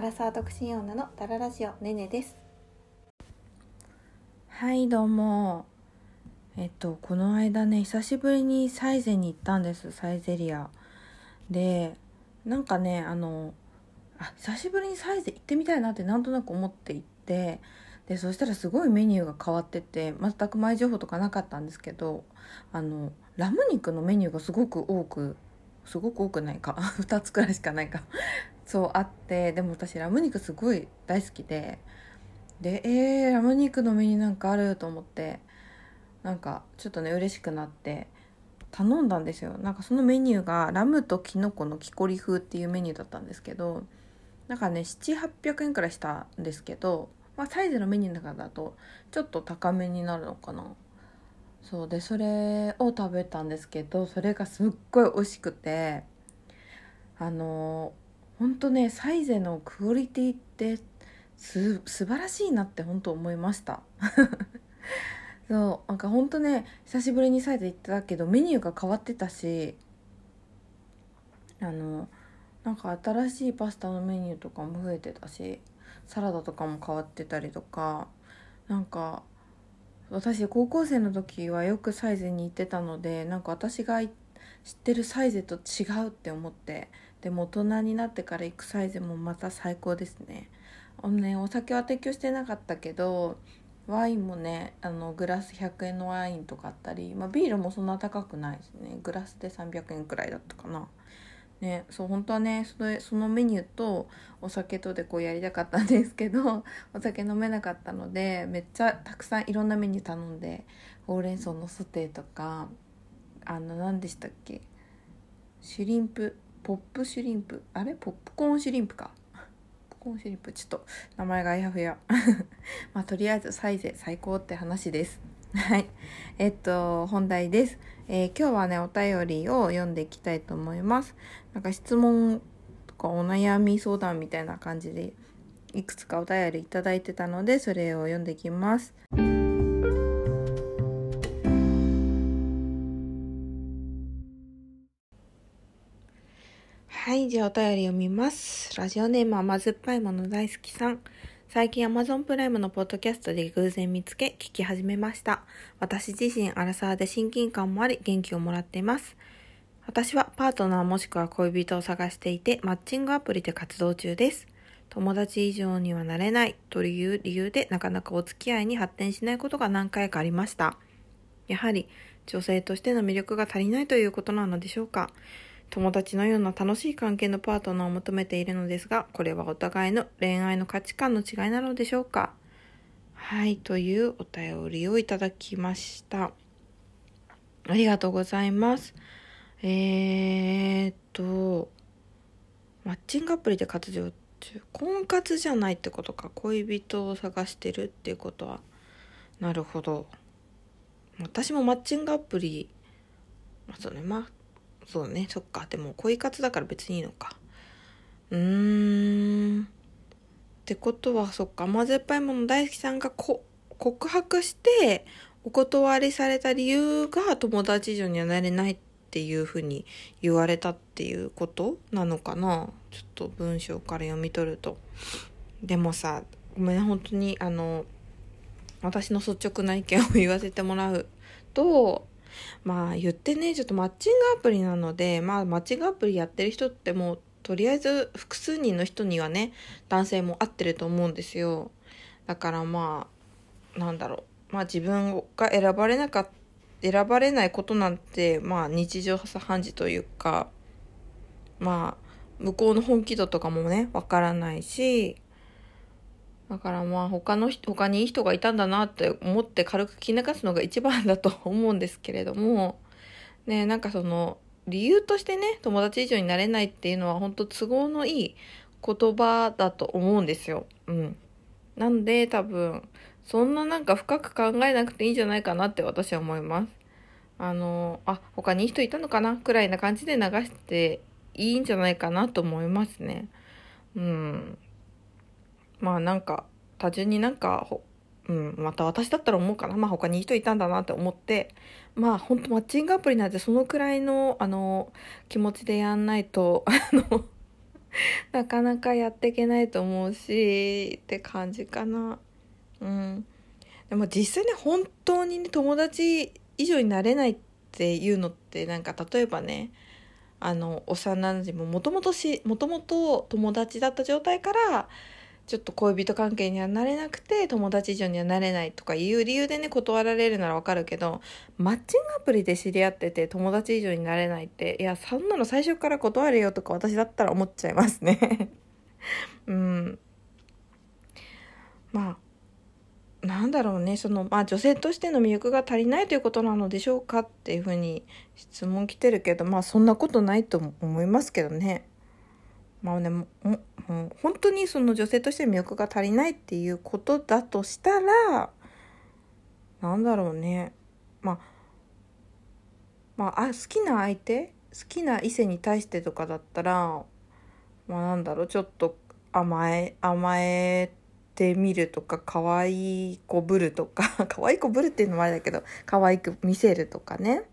アラサー独身女のダララジオねねです。 はいどうも。この間ね久しぶりにサイゼに行ったんです。サイゼリアでなんかね久しぶりにサイゼ行ってみたいなってなんとなく思って行って、でそしたらすごいメニューが変わってて、全く前情報とかなかったんですけど、ラム肉のメニューがすごく多くないか2つくらいしかないかそうあって、でも私ラム肉すごい大好きでラム肉のメニューなんかあると思って、なんかちょっとね嬉しくなって頼んだんですよ。なんかそのメニューがラムとキノコの木こり風っていうメニューだったんですけど、なんかね700、800円くらいしたんですけど、サイズのメニューの中だとちょっと高めになるのかな。そうでそれを食べたんですけど、それがすっごい美味しくて、ほんとねサイゼのクオリティって素晴らしいなって本当思いましたそうなんかほんとね久しぶりにサイゼ行ったけどメニューが変わってたし、なんか新しいパスタのメニューとかも増えてたし、サラダとかも変わってたりとか、なんか私高校生の時はよくサイゼに行ってたので、なんか私が知ってるサイゼと違うって思って、でも大人になってから行くサイゼもまた最高ですね。お酒は提供してなかったけどワインもねグラス100円のワインとかあったり、ビールもそんな高くないですね。グラスで300円くらいだったかなね。そう本当はねそのメニューとお酒とでこうやりたかったんですけどお酒飲めなかったので、めっちゃたくさんいろんなメニュー頼んで、ほうれん草のソテーとか、何でしたっけ、シュリンプポップシュリンプ、ポップコーンシュリンプか、コーンシュリンプ、ちょっと名前があやふやとりあえずサイゼ最高って話ですはい本題です。今日はねお便りを読んでいきたいと思います。なんか質問とかお悩み相談みたいな感じでいくつかお便りいただいてたので、それを読んでいきます。はい、じゃあお便り読みます。ラジオネーム甘酸っぱいもの大好きさん。最近 Amazon プライムのポッドキャストで偶然見つけ聞き始めました。私自身アラサーで親近感もあり元気をもらっています。私はパートナーもしくは恋人を探していて、マッチングアプリで活動中です。友達以上にはなれないという理由でなかなかお付き合いに発展しないことが何回かありました。やはり女性としての魅力が足りないということなのでしょうか。友達のような楽しい関係のパートナーを求めているのですが、これはお互いの恋愛の価値観の違いなのでしょうか。はい、というお便りをいただきました。ありがとうございます。マッチングアプリで活動中、婚活じゃないってことか。恋人を探してるっていうことは、なるほど。私もマッチングアプリ、そうね、そっか。でも恋活だから別にいいのか。ってことは、そっか。甘酸っぱいもの大好きさんが告白してお断りされた理由が友達以上にはなれないっていう風に言われたっていうことなのかな。ちょっと文章から読み取ると。でもさ、ごめん、本当に私の率直な意見を言わせてもらうと、言ってね、ちょっとマッチングアプリなので、マッチングアプリやってる人ってもうとりあえず複数人の人にはね、男性も合ってると思うんですよ。だから自分が選ばれないことなんて日常茶飯事というか、向こうの本気度とかもねわからないし、だから他にいい人がいたんだなって思って軽く気流すのが一番だと思うんですけれどもね。なんかその理由としてね、友達以上になれないっていうのは本当都合のいい言葉だと思うんですよ。なんで多分そんな深く考えなくていいんじゃないかなって私は思います。他にいい人いたのかなくらいな感じで流していいんじゃないかなと思いますね。単純にまた私だったら思うかな。他にいい人いたんだなって思って、ほんとマッチングアプリなんてそのくらいの気持ちでやんないとなかなかやっていけないと思うしって感じかな。でも実際ね、本当にね、友達以上になれないっていうのって、なんか例えばね、幼馴染ももともと友達だった状態からちょっと恋人関係にはなれなくて友達以上にはなれないとかいう理由でね断られるならわかるけど、マッチングアプリで知り合ってて友達以上になれないって、いやそんなの最初から断れよとか私だったら思っちゃいますね。まあなんだろうね、女性としての魅力が足りないということなのでしょうかっていうふうに質問来てるけど、そんなことないと思いますけどね。本当にその女性として魅力が足りないっていうことだとしたら、なんだろうね、好きな相手、好きな異性に対してとかだったら、ちょっと甘えてみるとか、可愛い子ぶるとか可愛い子ぶるっていうのもあれだけど、可愛く見せるとかね、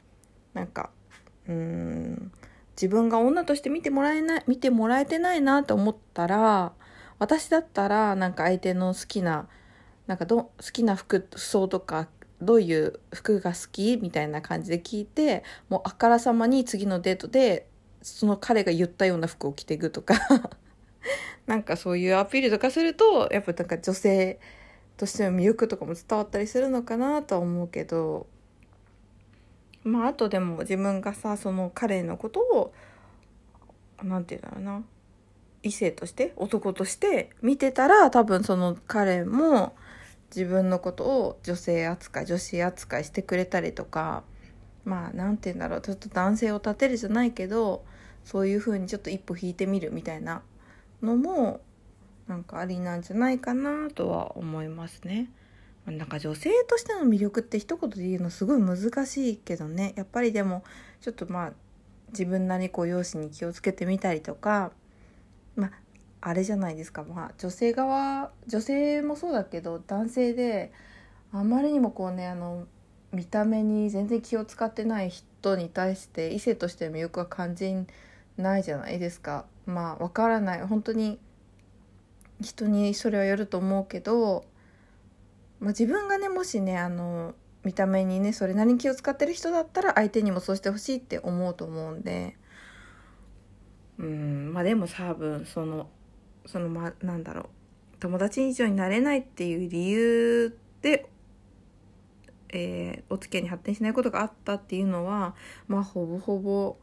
自分が女として見てもらえてないなと思ったら、私だったら相手の好きな好きな服装とか、どういう服が好きみたいな感じで聞いて、もうあからさまに次のデートでその彼が言ったような服を着ていくとかそういうアピールとかすると、やっぱ女性としての魅力とかも伝わったりするのかなとは思うけど、あとでも自分がさ、その彼のことを異性として男として見てたら、多分その彼も自分のことを女子扱いしてくれたりとか、ちょっと男性を立てるじゃないけど、そういう風にちょっと一歩引いてみるみたいなのもありなんじゃないかなとは思いますね。女性としての魅力って一言で言うのすごい難しいけどね、やっぱりでもちょっと自分なり容姿に気をつけてみたりとか、あれじゃないですか、女性もそうだけど、男性であまりにも見た目に全然気を使ってない人に対して異性としての魅力は感じないじゃないですか。わからない、本当に人にそれはよると思うけど、自分がね、もしね見た目にねそれなりに気を使ってる人だったら、相手にもそうしてほしいって思うと思うんで、でも多分友達以上になれないっていう理由で、お付き合いに発展しないことがあったっていうのは、ほぼほぼ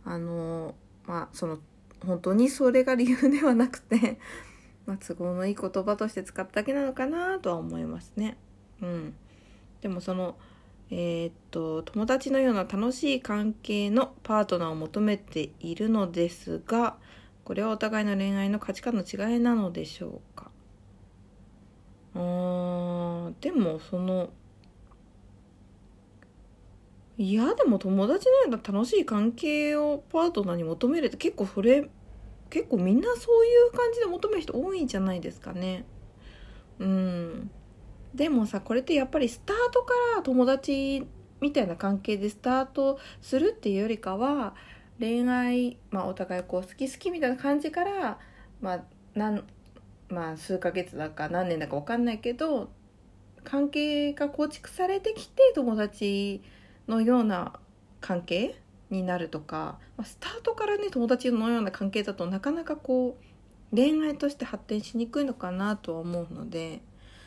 本当にそれが理由ではなくて都合のいい言葉として使っただけなのかなとは思いますね。でも友達のような楽しい関係のパートナーを求めているのですが、これはお互いの恋愛の価値観の違いなのでしょうか。でもでも友達のような楽しい関係をパートナーに求めるって結構みんなそういう感じで求める人多いんじゃないですかね。でもさ、これってやっぱりスタートから友達みたいな関係でスタートするっていうよりかは、恋愛、お互い好きみたいな感じから、数ヶ月だか何年だか分かんないけど、関係が構築されてきて友達のような関係になるとか、スタートからね友達のような関係だとなかなか恋愛として発展しにくいのかなとは思うので、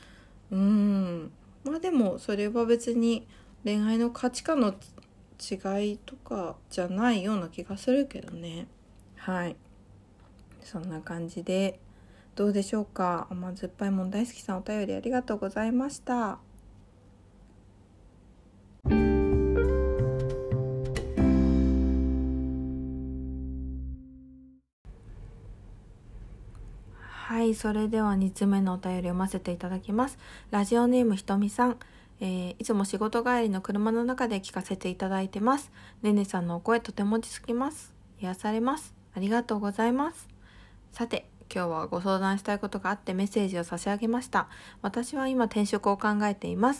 でもそれは別に恋愛の価値観の違いとかじゃないような気がするけどね。そんな感じでどうでしょうか。甘酸っぱいもん大好きさん、お便りありがとうございました。それでは2つ目のお便り読ませていただきます。ラジオネームひとみさん、いつも仕事帰りの車の中で聞かせていただいてます。ねねさんのお声とても落ち着きます。癒されます。ありがとうございます。さて、今日はご相談したいことがあってメッセージを差し上げました。私は今転職を考えています。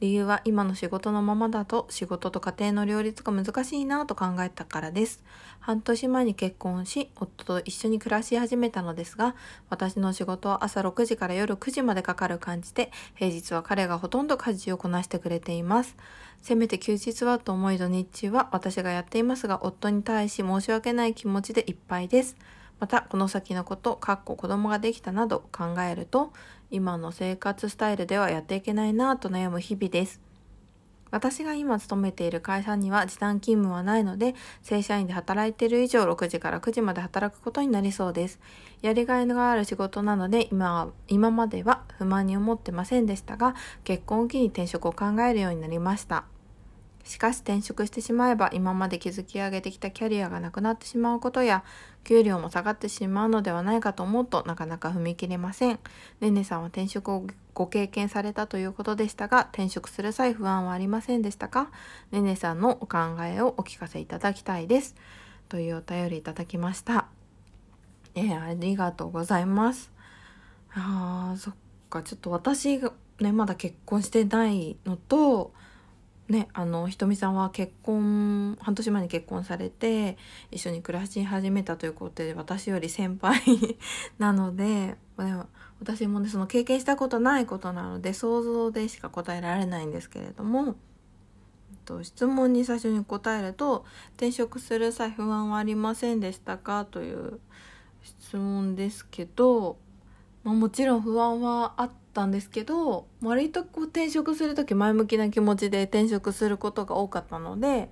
理由は今の仕事のままだと仕事と家庭の両立が難しいなと考えたからです。半年前に結婚し、夫と一緒に暮らし始めたのですが、私の仕事は朝6時から夜9時までかかる感じで、平日は彼がほとんど家事をこなしてくれています。せめて休日はと思い土日は私がやっていますが、夫に対し申し訳ない気持ちでいっぱいです。また、この先のこと、子供ができたなど考えると、今の生活スタイルではやっていけないなぁと悩む日々です。私が今勤めている会社には時短勤務はないので、正社員で働いている以上6時から9時まで働くことになりそうです。やりがいがある仕事なので今までは不満に思ってませんでしたが、結婚を機に転職を考えるようになりました。しかし転職してしまえば今まで築き上げてきたキャリアがなくなってしまうことや給料も下がってしまうのではないかと思うとなかなか踏み切れません。ねねさんは転職をご経験されたということでしたが、転職する際不安はありませんでしたか？ねねさんのお考えをお聞かせいただきたいです。というお便りいただきました。ありがとうございます。そっか、ちょっと私がね、まだ結婚してないのと、ね、ひとみさんは半年前に結婚されて一緒に暮らし始めたということで、私より先輩なので、私もねその経験したことないことなので想像でしか答えられないんですけれども、質問に最初に答えると、転職する際不安はありませんでしたかという質問ですけど、もちろん不安はあったんですけど、割と転職するとき前向きな気持ちで転職することが多かったので、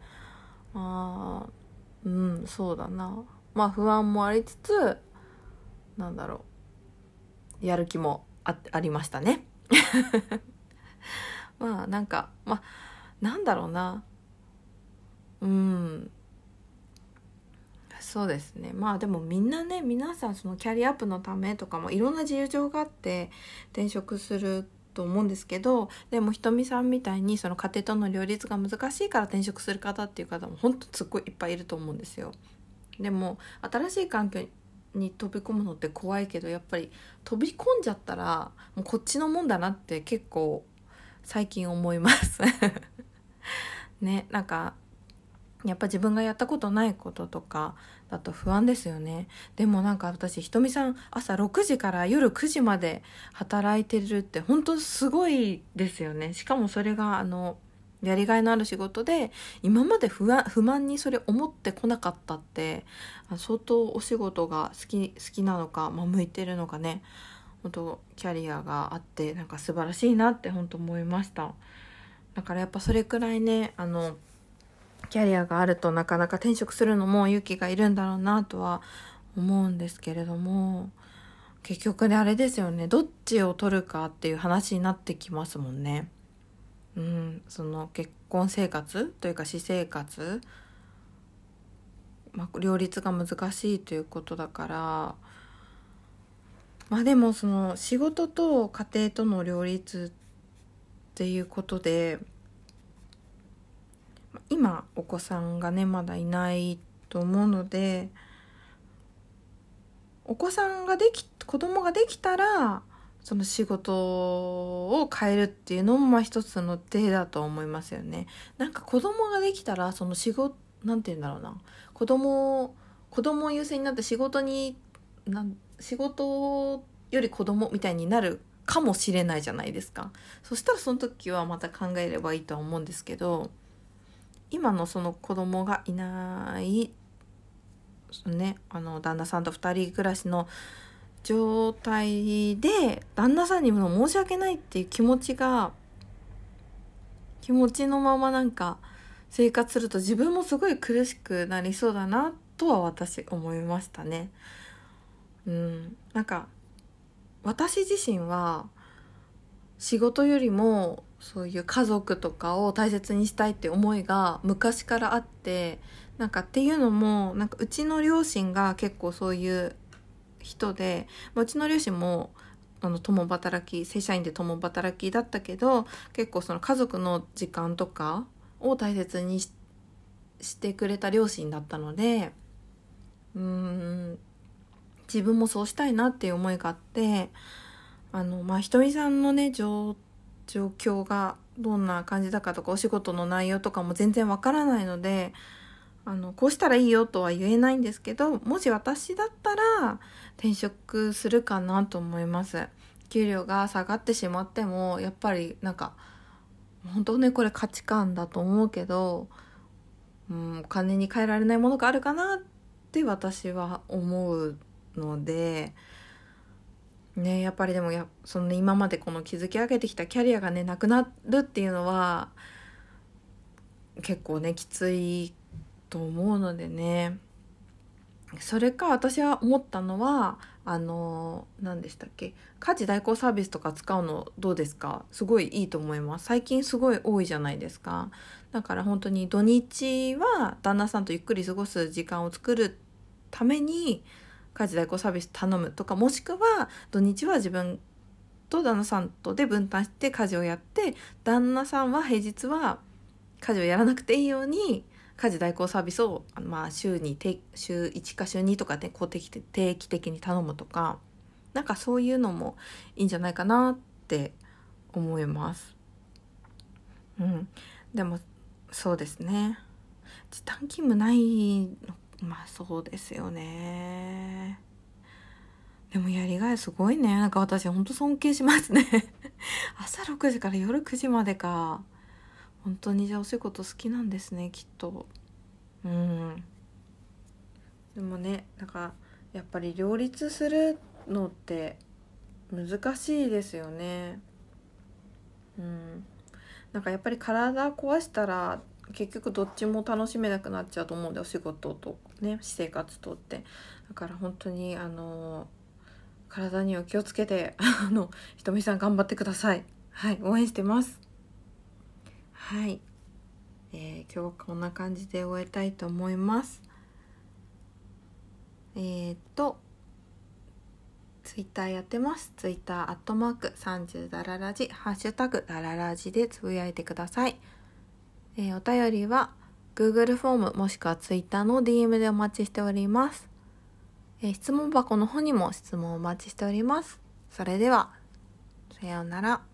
そうだな。不安もありつつ、やる気もありましたね。なんだろうな。そうですね。でも皆さんそのキャリアアップのためとかもいろんな事情があって転職すると思うんですけど、でもひとみさんみたいにその家庭との両立が難しいから転職する方っていう方も本当すっごいいっぱいいると思うんですよ。でも新しい環境に飛び込むのって怖いけど、やっぱり飛び込んじゃったらもうこっちのもんだなって結構最近思いますね。やっぱ自分がやったことないこととかだと不安ですよね。でも私ひとみさん朝6時から夜9時まで働いてるって本当すごいですよね。しかもそれがやりがいのある仕事で、今まで不満にそれ思ってこなかったって相当お仕事が好きなのか、向いてるのかね、本当キャリアがあって素晴らしいなって本当思いました。だからやっぱそれくらいね、キャリアがあるとなかなか転職するのも勇気がいるんだろうなとは思うんですけれども、結局ねあれですよね、どっちを取るかっていう話になってきますもんね。その結婚生活というか私生活、両立が難しいということだから、でもその仕事と家庭との両立っていうことで、今お子さんがねまだいないと思うので、子供ができたらその仕事を変えるっていうのも一つの手だと思いますよね。子供ができたらその仕事なんて言うんだろうな、子供優先になって仕事より子供みたいになるかもしれないじゃないですか。そしたらその時はまた考えればいいとは思うんですけど、今のその子供がいないね、旦那さんと2人暮らしの状態で旦那さんにも申し訳ないっていう気持ちのまま生活すると自分もすごい苦しくなりそうだなとは私思いましたね。私自身は仕事よりもそういう家族とかを大切にしたいって思いが昔からあって、っていうのもうちの両親が結構そういう人で、うちの両親も正社員で共働きだったけど、結構その家族の時間とかを大切にしてくれた両親だったので、自分もそうしたいなっていう思いがあって、ひとみさんのね状況がどんな感じだかとかお仕事の内容とかも全然わからないので、こうしたらいいよとは言えないんですけど、もし私だったら転職するかなと思います。給料が下がってしまってもやっぱりなんか本当ね、これ価値観だと思うけど、お金に換えられないものがあるかなって私は思うのでね、やっぱりでもそのね、今までこの築き上げてきたキャリアがねなくなるっていうのは結構ねきついと思うのでね。それか私は思ったのは何でしたっけ、家事代行サービスとか使うのどうですか？すごいいいと思います。最近すごい多いじゃないですか。だから本当に土日は旦那さんとゆっくり過ごす時間を作るために家事代行サービス頼むとか、もしくは土日は自分と旦那さんとで分担して家事をやって、旦那さんは平日は家事をやらなくていいように家事代行サービスを、週1か週2とかで定期的に頼むとか、なんかそういうのもいいんじゃないかなって思います。でもそうですね、時短勤務ないの、そうですよね。でもやりがいすごいね。なんか私ほんと尊敬しますね朝6時から夜9時までか。本当にじゃあお仕事好きなんですね、きっと。でもね、なんかやっぱり両立するのって難しいですよね。なんかやっぱり体壊したら結局どっちも楽しめなくなっちゃうと思うんで、お仕事とね、私生活とって。だから本当に体には気をつけてひとみさん頑張ってください。はい、応援してます。はい、今日はこんな感じで終えたいと思います。ツイッターやってます。ツイッター@30ダララジ、ハッシュタグダララジでつぶやいてください。お便りは Google フォームもしくはツイッターの DM でお待ちしております。質問箱の方にも質問をお待ちしております。それではさようなら。